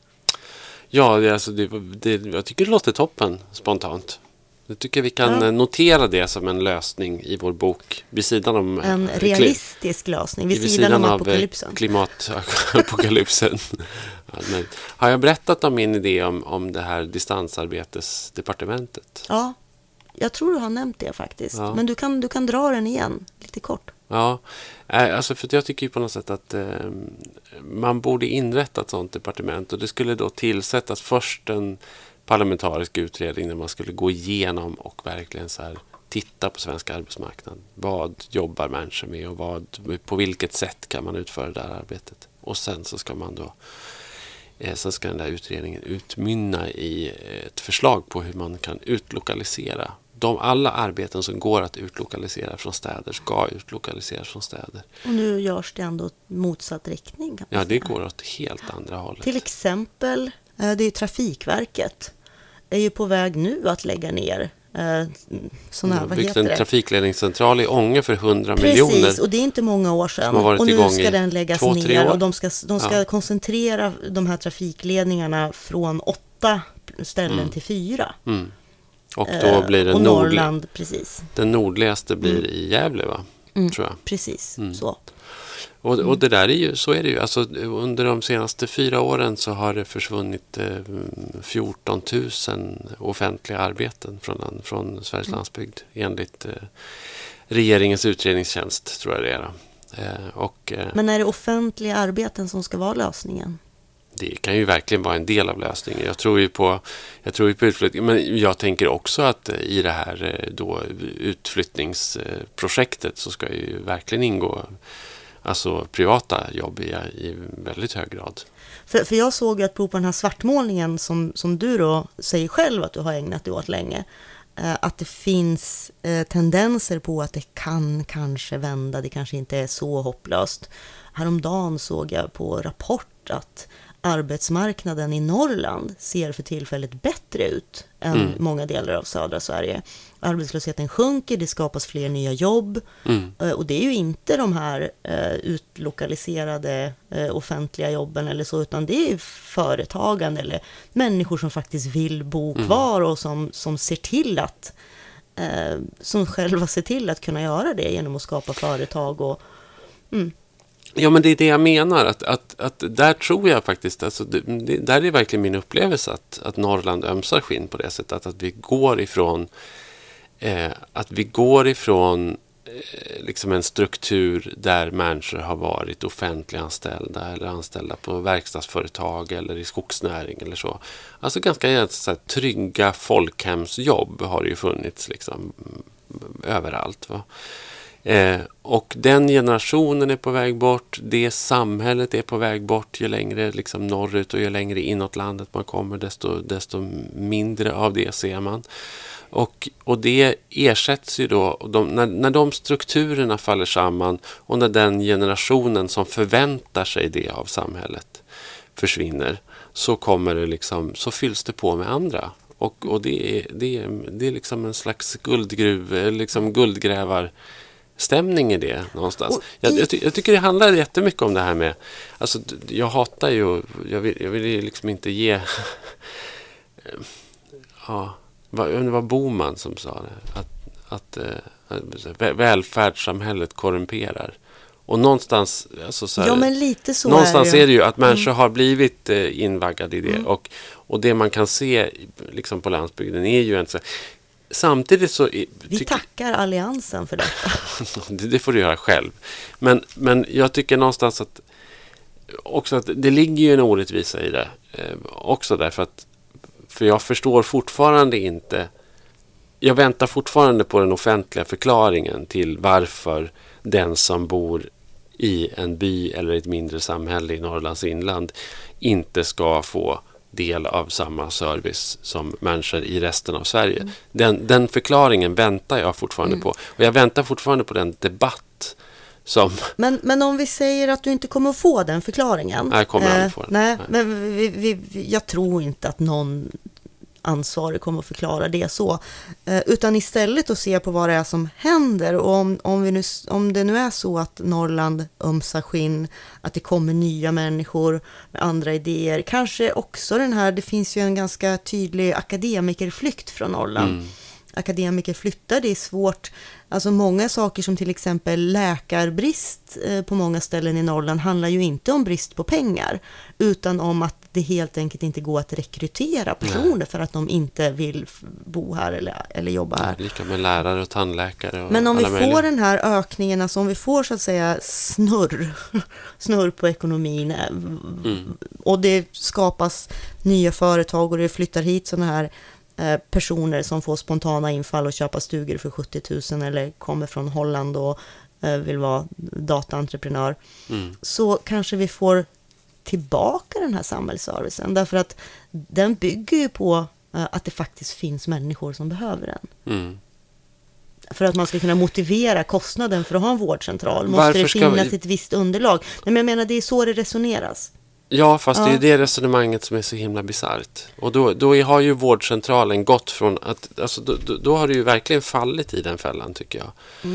Ja, alltså jag tycker det låter toppen spontant. Jag tycker vi kan notera det som en lösning i vår bok vid sidan om en realistisk lösning vid sidan om apokalypsen. Klimatapokalypsen. Har jag berättat om min idé om det här distansarbetesdepartementet? Ja, jag tror du har nämnt det faktiskt. Ja. Men du kan dra den igen lite kort. Ja, alltså för jag tycker ju på något sätt att man borde inrätta ett sådant departement och det skulle då tillsättas först en parlamentarisk utredning där man skulle gå igenom och verkligen så här titta på svenska arbetsmarknaden. Vad jobbar människor med och på vilket sätt kan man utföra det här arbetet? Och sen så ska man då sen ska den där utredningen utmynna i ett förslag på hur man kan utlokalisera. Alla arbeten som går att utlokalisera från städer ska utlokaliseras från städer. Och nu görs det ändå motsatt riktning. Ja, det går åt helt andra hållet. Till exempel, det är Trafikverket är ju på väg nu att lägga ner sådana här, vad heter det? En trafikledningscentral i Ånge för 100 miljoner. Precis, och det är inte många år sedan. Och nu ska den läggas ner och de ska koncentrera de här trafikledningarna från 8 ställen till 4. Och då blir det Norrland, precis. Den nordligaste blir i Gävle, va? Tror jag. Precis, så. Och det där är ju, så är det ju. Alltså, under de senaste 4 åren så har det försvunnit 14 000 offentliga arbeten från Sveriges landsbygd enligt regeringens utredningstjänst, tror jag det är. Men är det offentliga arbeten som ska vara lösningen? Det kan ju verkligen vara en del av lösningen. Jag tror ju på utflyttning, men jag tänker också att i det här då utflyttningsprojektet så ska ju verkligen ingå alltså privata jobb i väldigt hög grad. För jag såg ju att på den här svartmålningen som du då säger själv att du har ägnat dig åt länge, att det finns tendenser på att det kan kanske vända, det kanske inte är så hopplöst. Häromdagen såg jag på Rapport att arbetsmarknaden i Norrland ser för tillfället bättre ut än många delar av södra Sverige. Arbetslösheten sjunker, det skapas fler nya jobb och det är ju inte de här utlokaliserade offentliga jobben eller så, utan det är företagande eller människor som faktiskt vill bo kvar och som ser till att som själva ser till att kunna göra det genom att skapa företag och Ja, men det är det jag menar. Att där tror jag faktiskt, alltså, där är verkligen min upplevelse att Norrland ömsar skinn på det sättet. Att vi går ifrån liksom en struktur där människor har varit offentliganställda eller anställda på verkstadsföretag eller i skogsnäring eller så. Alltså ganska så här, trygga folkhemsjobb har det ju funnits liksom överallt. Va? Och den generationen är på väg bort, det samhället är på väg bort, ju längre liksom norrut och ju längre inåt landet man kommer desto mindre av det ser man. Och det ersätts ju då, när de strukturerna faller samman och när den generationen som förväntar sig det av samhället försvinner, så kommer det liksom, så fylls det på med andra. Och det är liksom en slags guldgrävarstämning i det någonstans. Jag tycker det handlar jättemycket om det här med, alltså jag hatar ju, jag vill ju liksom inte ge det var Boman som sa det, att välfärdssamhället korrumperar. Och någonstans, alltså så här, men lite så någonstans är det ju att människor har blivit invaggade i det. Och det man kan se liksom på landsbygden är ju inte så. Samtidigt så vi tackar alliansen för detta. Det får du göra själv. Men jag tycker någonstans att också att det ligger ju en orättvisa i det. Också därför att för jag förstår fortfarande inte, jag väntar fortfarande på den offentliga förklaringen till varför den som bor i en by eller ett mindre samhälle i Norrlands inland inte ska få del av samma service som människor i resten av Sverige. Den förklaringen väntar jag fortfarande på. Och jag väntar fortfarande på den debatt som... Men om vi säger att du inte kommer att få den förklaringen. Nej, jag kommer aldrig få den. Nej. Men jag tror inte att någon ansvarig kommer att förklara det så. Utan istället att se på vad det är som händer. Och om det nu är så att Norrland ömsar skinn, att det kommer nya människor med andra idéer. Kanske också det finns ju en ganska tydlig akademikerflykt från Norrland. Akademiker flyttar, det är svårt. Alltså många saker som till exempel läkarbrist på många ställen i Norrland handlar ju inte om brist på pengar, utan om att det helt enkelt inte går att rekrytera personer för att de inte vill bo här eller jobba här. Lika med lärare och tandläkare. Och men om vi får den här ökningen, alltså om vi får så att säga snurr på ekonomin och det skapas nya företag och det flyttar hit sådana här personer som får spontana infall och köpa stugor för 70 000 eller kommer från Holland och vill vara dataentreprenör, så kanske vi får tillbaka den här samhällsservicen, därför att den bygger ju på att det faktiskt finns människor som behöver den. För att man ska kunna motivera kostnaden för att ha en vårdcentral måste det finnas ett visst underlag. Men jag menar, det är så det resoneras. Ja, fast det är det resonemanget som är så himla bizarrt. Och då har ju vårdcentralen gått från att, alltså då har det ju verkligen fallit i den fällan, tycker jag.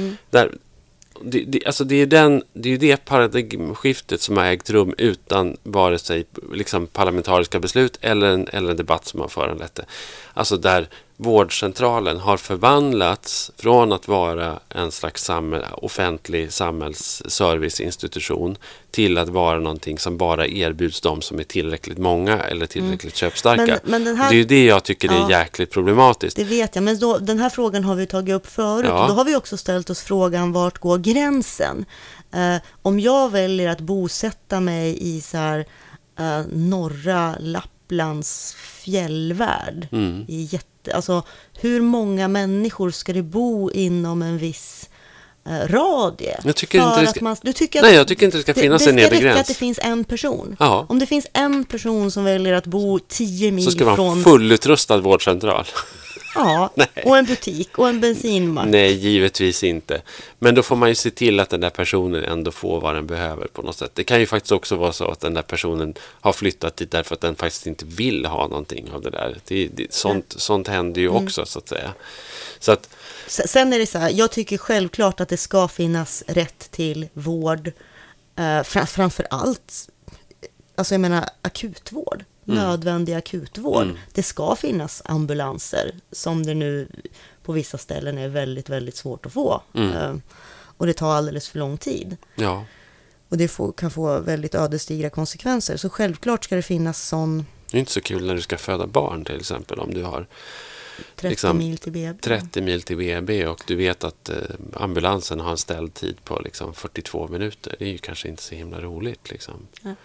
Det är ju det paradigmskiftet som har ägt rum utan vare sig liksom parlamentariska beslut eller en debatt som har föranlett det. Alltså där vårdcentralen har förvandlats från att vara en slags offentlig samhällsserviceinstitution till att vara någonting som bara erbjuds de som är tillräckligt många eller tillräckligt köpstarka. Men det är ju det jag tycker är jäkligt problematiskt. Det vet jag, men den här frågan har vi tagit upp förut. Ja. Då har vi också ställt oss frågan, vart går gränsen? Om jag väljer att bosätta mig i så här norra Lapplands fjällvärld i alltså hur många människor ska det bo inom en viss radie? Jag tycker inte det ska finnas en nedre gräns. Det ska räcka att det finns en person. Ja. Om det finns en person som väljer att bo 10 mil från... Så ska man ha en fullutrustad vårdcentral. Ja, och en butik och en bensinmack. Nej, givetvis inte. Men då får man ju se till att den där personen ändå får vad den behöver på något sätt. Det kan ju faktiskt också vara så att den där personen har flyttat dit därför att den faktiskt inte vill ha någonting av det där. Sånt händer ju också, så att säga. Så att, sen är det så här, jag tycker självklart att det ska finnas rätt till vård. Framför allt, alltså jag menar akutvård. Nödvändig akutvård. Det ska finnas ambulanser som det nu på vissa ställen är väldigt, väldigt svårt att få. Och det tar alldeles för lång tid. Ja. Och det kan få väldigt ödesdigra konsekvenser. Så självklart ska det finnas sån... Det är inte så kul när du ska föda barn till exempel, om du har 30 mil till BB. 30 mil till BB och du vet att ambulansen har en ställtid på liksom 42 minuter. Det är ju kanske inte så himla roligt liksom. Ja.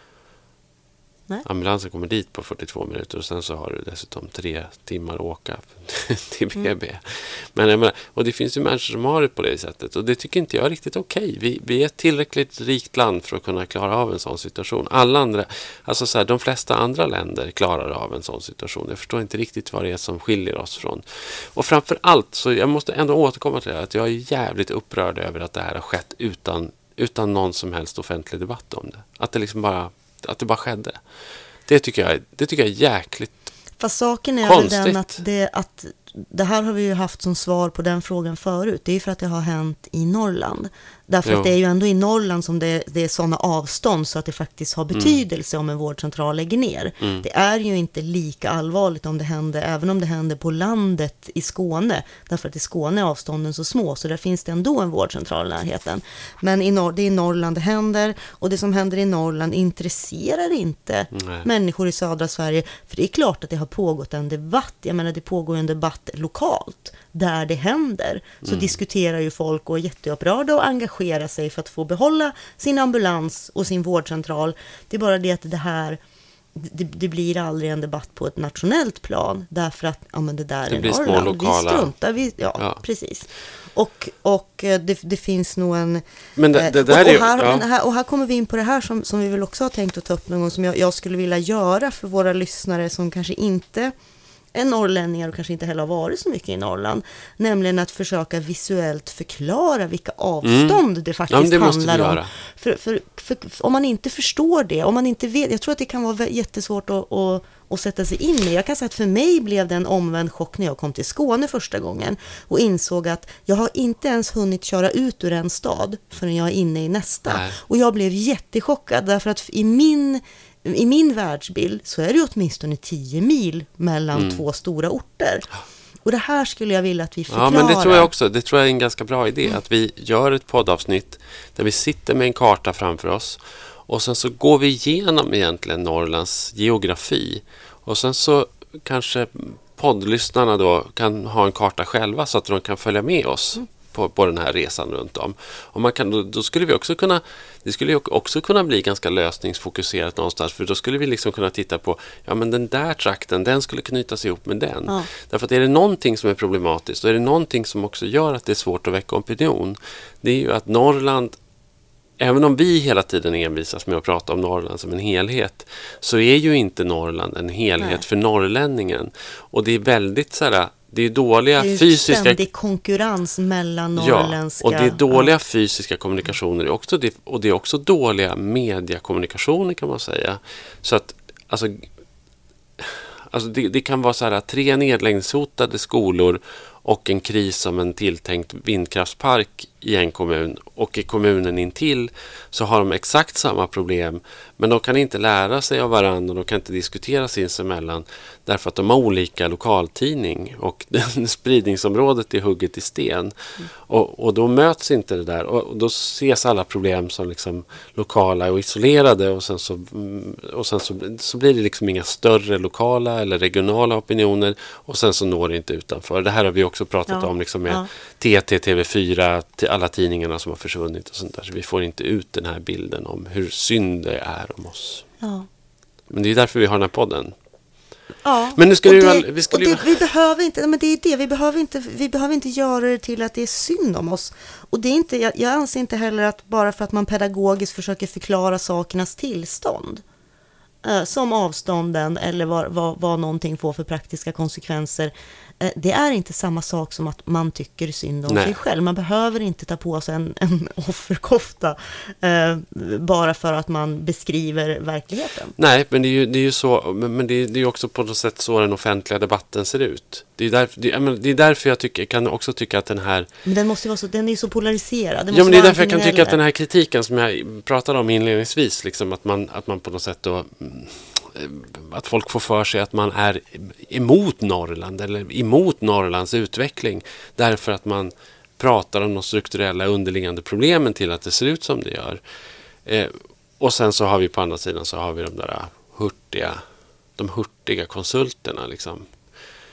Nej. Ambulansen kommer dit på 42 minuter och sen så har du dessutom 3 timmar att åka till BB. Men, och det finns ju människor som har det på det sättet och det tycker inte jag är riktigt okej. Vi är ett tillräckligt rikt land för att kunna klara av en sån situation. Alla andra, alltså så här, de flesta andra länder klarar av en sån situation. Jag förstår inte riktigt vad det är som skiljer oss från. Och framför allt så jag måste ändå återkomma till det att jag är jävligt upprörd över att det här har skett utan någon som helst offentlig debatt om det. Att det liksom bara skedde. Det tycker jag är jäkligt fast saken är konstigt. väl den att det här har vi ju haft som svar på den frågan förut. Det är ju för att det har hänt i Norrland. Därför att det är ju ändå i Norrland som det är sådana avstånd så att det faktiskt har betydelse om en vårdcentral lägger ner. Det är ju inte lika allvarligt om det händer, även om det händer på landet i Skåne. Därför att i Skåne är avstånden så små så där finns det ändå en vårdcentral i närheten. Men det är i Norrland det händer och det som händer i Norrland intresserar inte människor i södra Sverige. För det är klart att det har pågått en debatt. Jag menar det pågår en debatt lokalt där det händer. Så diskuterar ju folk och är jätteupprörda och engagera sig för att få behålla sin ambulans och sin vårdcentral. Det är bara det att det blir aldrig en debatt på ett nationellt plan därför att det där det är blir Norrland. små lokala. Vi struntar, precis. Och det finns nog en... Men det där är och här kommer vi in på det här som vi väl också har tänkt att ta upp någon gång som jag skulle vilja göra för våra lyssnare som kanske inte är norrlänningar och kanske inte heller har varit så mycket i Norrland, nämligen att försöka visuellt förklara vilka avstånd det faktiskt handlar om. För om man inte förstår det, om man inte vet, jag tror att det kan vara jättesvårt att sätta sig in i. Jag kan säga att för mig blev det en omvänd chock när jag kom till Skåne första gången och insåg att jag har inte ens hunnit köra ut ur en stad förrän jag är inne i nästa. Nej. Och jag blev jättechockad därför att i min världsbild så är det åtminstone 10 mil mellan två stora orter. Och det här skulle jag vilja att vi förklarar. Ja, men det tror jag också. Det tror jag är en ganska bra idé. Att vi gör ett poddavsnitt där vi sitter med en karta framför oss. Och sen så går vi igenom egentligen Norrlands geografi. Och sen så kanske poddlyssnarna då kan ha en karta själva så att de kan följa med oss på den här resan runt om. Och man kan, då skulle vi också kunna, det skulle ju också kunna bli ganska lösningsfokuserat någonstans, för då skulle vi liksom kunna titta på, ja men den där trakten, den skulle knytas ihop med den. Ja. Därför att är det någonting som är problematiskt, och är det någonting som också gör att det är svårt att väcka opinion, det är ju att Norrland, även om vi hela tiden envisas med att prata om Norrland som en helhet, så är ju inte Norrland en helhet för norrlänningen. Och det är väldigt så här, det är dåliga fysiska... ständig konkurrens mellan norrländska... Ja, och det är dåliga fysiska kommunikationer också, och det är också dåliga mediakommunikationer kan man säga. Så att, alltså det kan vara så här 3 nedläggningshotade skolor och en kris om en tilltänkt vindkraftspark i en kommun, och i kommunen intill så har de exakt samma problem, men de kan inte lära sig av varandra och de kan inte diskutera sinsemellan därför att de har olika lokaltidning och spridningsområdet är hugget i sten. Och då möts inte det där, och då ses alla problem som liksom lokala och isolerade, och sen så blir det liksom inga större lokala eller regionala opinioner, och sen så når det inte utanför. Det här har vi också pratat om liksom med TT, TV4, alla tidningarna som har försvunnit och sånt där, så vi får inte ut den här bilden om hur synd det är om oss. Ja. Men det är därför vi har den här podden. Ja. Men nu ska vi behöver inte, men det är det, vi behöver inte göra det till att det är synd om oss. Och det är inte, jag anser inte heller att bara för att man pedagogiskt försöker förklara sakernas tillstånd, som avstånden eller vad någonting får för praktiska konsekvenser, det är inte samma sak som att man tycker synd om sig själv. Man behöver inte ta på sig en offerkofta bara för att man beskriver verkligheten. Nej, men det är ju så, men det är ju också på något sätt så den offentliga debatten ser ut. Det är därför jag kan också tycka att den här... Men den måste vara så, den är så polariserad. Ja, men det är därför jag kan tycka att den här kritiken som jag pratade om inledningsvis, liksom att man på något sätt då... att folk får för sig att man är emot Norrland eller emot Norrlands utveckling därför att man pratar om de strukturella underliggande problemen till att det ser ut som det gör. Och sen så har vi på andra sidan så har vi de hurtiga konsulterna liksom.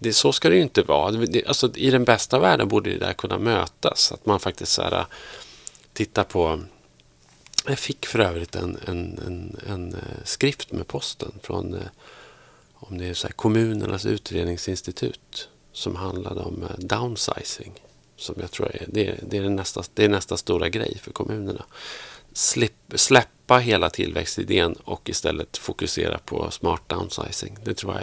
så ska det ju inte vara. Alltså, i den bästa världen borde det där kunna mötas. Att man faktiskt så här, tittar på... Jag fick för övrigt en skrift med posten från om det är så här, kommunernas utredningsinstitut som handlade om downsizing. Som jag tror det är nästa stora grej för kommunerna. Släppa hela tillväxtidén och istället fokusera på smart downsizing. Det tror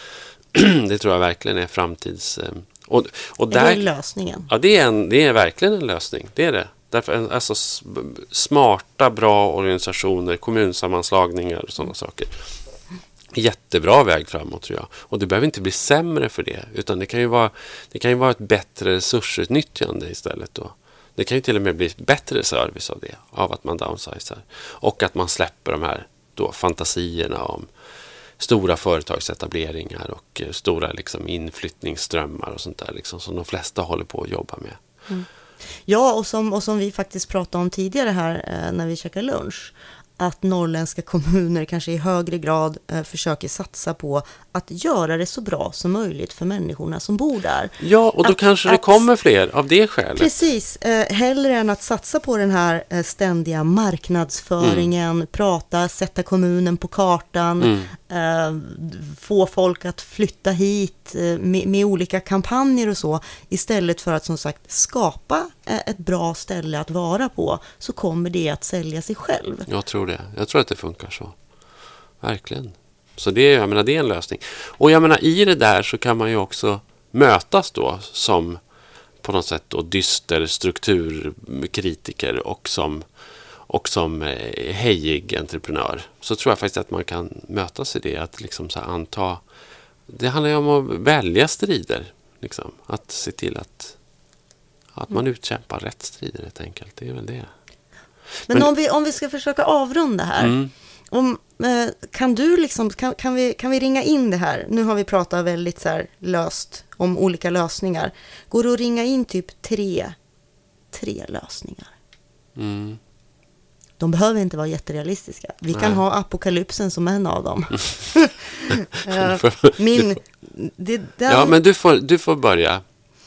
jag verkligen är framtids... Och där, är det lösningen? Ja, det är verkligen en lösning. Det är det. Därför, alltså, smarta, bra organisationer, kommunsammanslagningar och sådana saker. Jättebra väg framåt, tror jag. Och det behöver inte bli sämre för det. Utan det kan ju vara ett bättre resursutnyttjande istället då. Det kan ju till och med bli bättre service av det. Av att man downsizar. Och att man släpper de här då fantasierna om stora företagsetableringar och stora liksom inflyttningsströmmar och sånt där liksom, som de flesta håller på att jobba med. Mm. Ja, och som vi faktiskt pratade om tidigare här när vi käkade lunch, att norrländska kommuner kanske i högre grad försöker satsa på att göra det så bra som möjligt för människorna som bor där. Ja, och då kanske det kommer fler av det skälet. Precis, hellre än att satsa på den här ständiga marknadsföringen, sätta kommunen på kartan, få folk att flytta hit med olika kampanjer och så, istället för att som sagt skapa ett bra ställe att vara på, så kommer det att sälja sig själv. Jag tror det. Jag tror att det funkar så. Verkligen. Så det är en lösning. Och jag menar, i det där så kan man ju också mötas då som på något sätt då dyster strukturkritiker och som hejig entreprenör. Så tror jag faktiskt att man kan mötas i det, att liksom så anta, det handlar ju om att välja strider liksom, att se till att man utkämpar rätt strider helt enkelt. Det är väl det. Men om vi ska försöka avrunda här, kan du liksom, kan vi ringa in det här? Nu har vi pratat väldigt så här löst om olika lösningar. Går det att ringa in typ tre lösningar? De behöver inte vara jätterealistiska. Vi kan ha apokalypsen som en av dem. Men du får börja.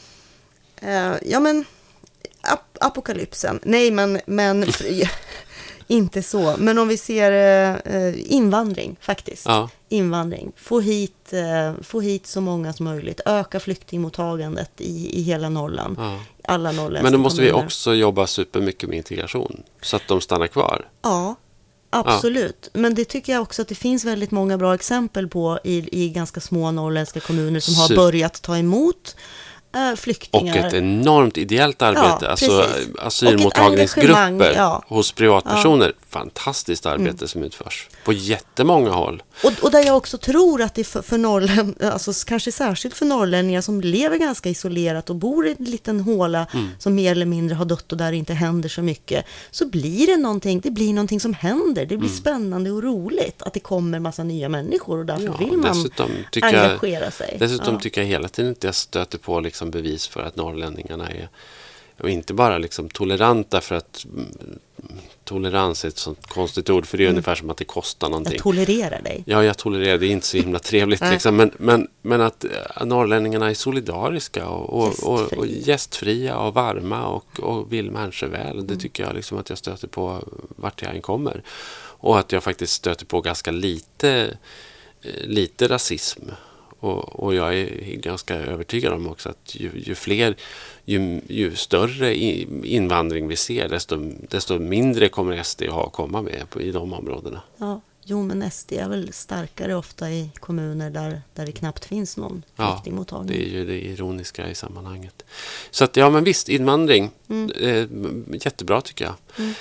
Apokalypsen. Nej, men inte så. Men om vi ser invandring faktiskt. Ja. Invandring. Få hit så många som möjligt. Öka flyktingmottagandet i hela Norrland. Ja. Alla norrländska. Men då måste vi också jobba supermycket med integration så att de stannar kvar. Ja, absolut. Ja. Men det tycker jag också att det finns väldigt många bra exempel på i ganska små norrländska kommuner som har börjat ta emot flyktingar. Och ett enormt ideellt arbete. Ja, alltså asylmottagningsgrupper hos privatpersoner. Ja. Fantastiskt arbete som utförs på jättemånga håll. Och där jag också tror att det för Norrland, alltså kanske särskilt för norrlänningar som lever ganska isolerat och bor i en liten håla som mer eller mindre har dött och där det inte händer så mycket, så blir det blir någonting som händer. Det blir spännande och roligt att det kommer massa nya människor, och därför vill man engagera sig. Dessutom tycker jag hela tiden att jag stöter på liksom bevis för att norrlänningarna är, och inte bara liksom toleranta, för att tolerans är ett sånt konstigt ord, för det är ungefär som att det kostar någonting. Jag tolererar dig. Ja, jag tolererar, det är inte så himla trevligt liksom, men att norrlänningarna är solidariska och gästfria och varma och vill människor väl. Det tycker jag liksom att jag stöter på vart jag än kommer. Och att jag faktiskt stöter på ganska lite rasism. Och jag är ganska övertygad om också att ju större invandring vi ser, desto mindre kommer SD att komma med i de områdena. Ja, men SD är väl starkare ofta i kommuner där det knappt finns någon flyktingmottagning. Det är ju det ironiska i sammanhanget. Så att men visst, invandring, jättebra tycker jag.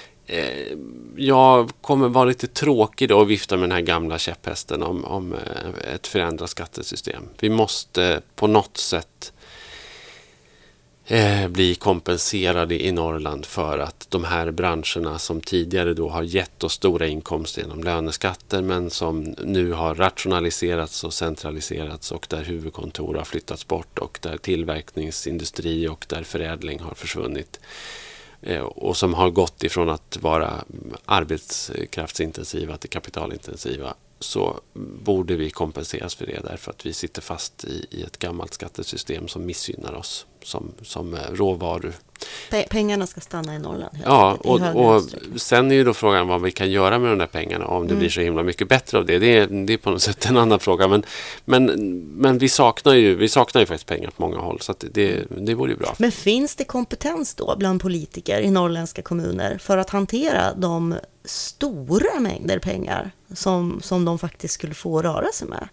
Jag kommer vara lite tråkig då och vifta med den här gamla käpphästen om ett förändrat skattesystem. Vi måste på något sätt bli kompenserade i Norrland för att de här branscherna som tidigare då har gett oss stora inkomster genom löneskatter, men som nu har rationaliserats och centraliserats, och där huvudkontor har flyttats bort och där tillverkningsindustri och där förädling har försvunnit. Och som har gått ifrån att vara arbetskraftsintensiva till kapitalintensiva. så borde vi kompenseras för det därför att vi sitter fast i ett gammalt skattesystem som missgynnar oss som råvaror. Pengarna ska stanna i Norrland. Ja, och sen är ju då frågan vad vi kan göra med de där pengarna om det blir så himla mycket bättre av det. Det är på något sätt en annan fråga. Men vi saknar ju faktiskt pengar på många håll så att det vore ju bra. Men finns det kompetens då bland politiker i norrländska kommuner för att hantera de stora mängder pengar som de faktiskt skulle få röra sig med?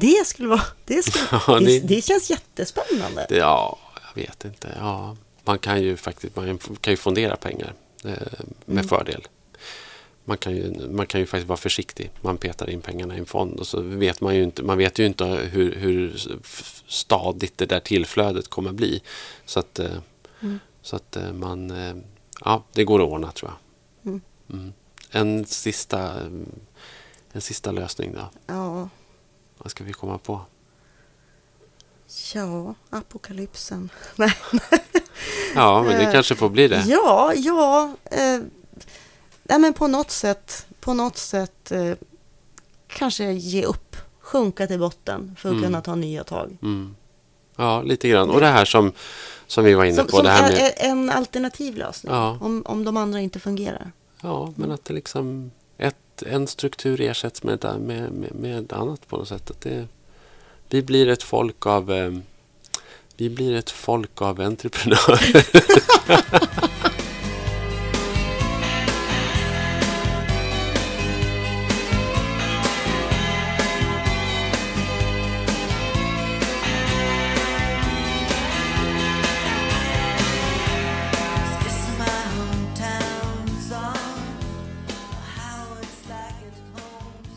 Det känns jättespännande. Ja, jag vet inte. Ja, man kan ju fondera pengar med fördel. Man kan ju faktiskt vara försiktig. Man petar in pengarna i en fond och så vet man vet ju inte hur stadigt det där tillflödet kommer bli. Så att man det går att ordna, tror jag. En sista lösning då. Ja. Vad ska vi komma på? Ja, apokalypsen. Nej. Ja, men det kanske får bli det. Nej, men på något sätt kanske ge upp, sjunka till botten för att kunna ta nya tag. Ja, lite grann. Och det här som vi var inne på. Som det här med en alternativ lösning, om de andra inte fungerar. Ja, men att det liksom en struktur ersätts med annat på något sätt. Att vi blir ett folk av entreprenörer.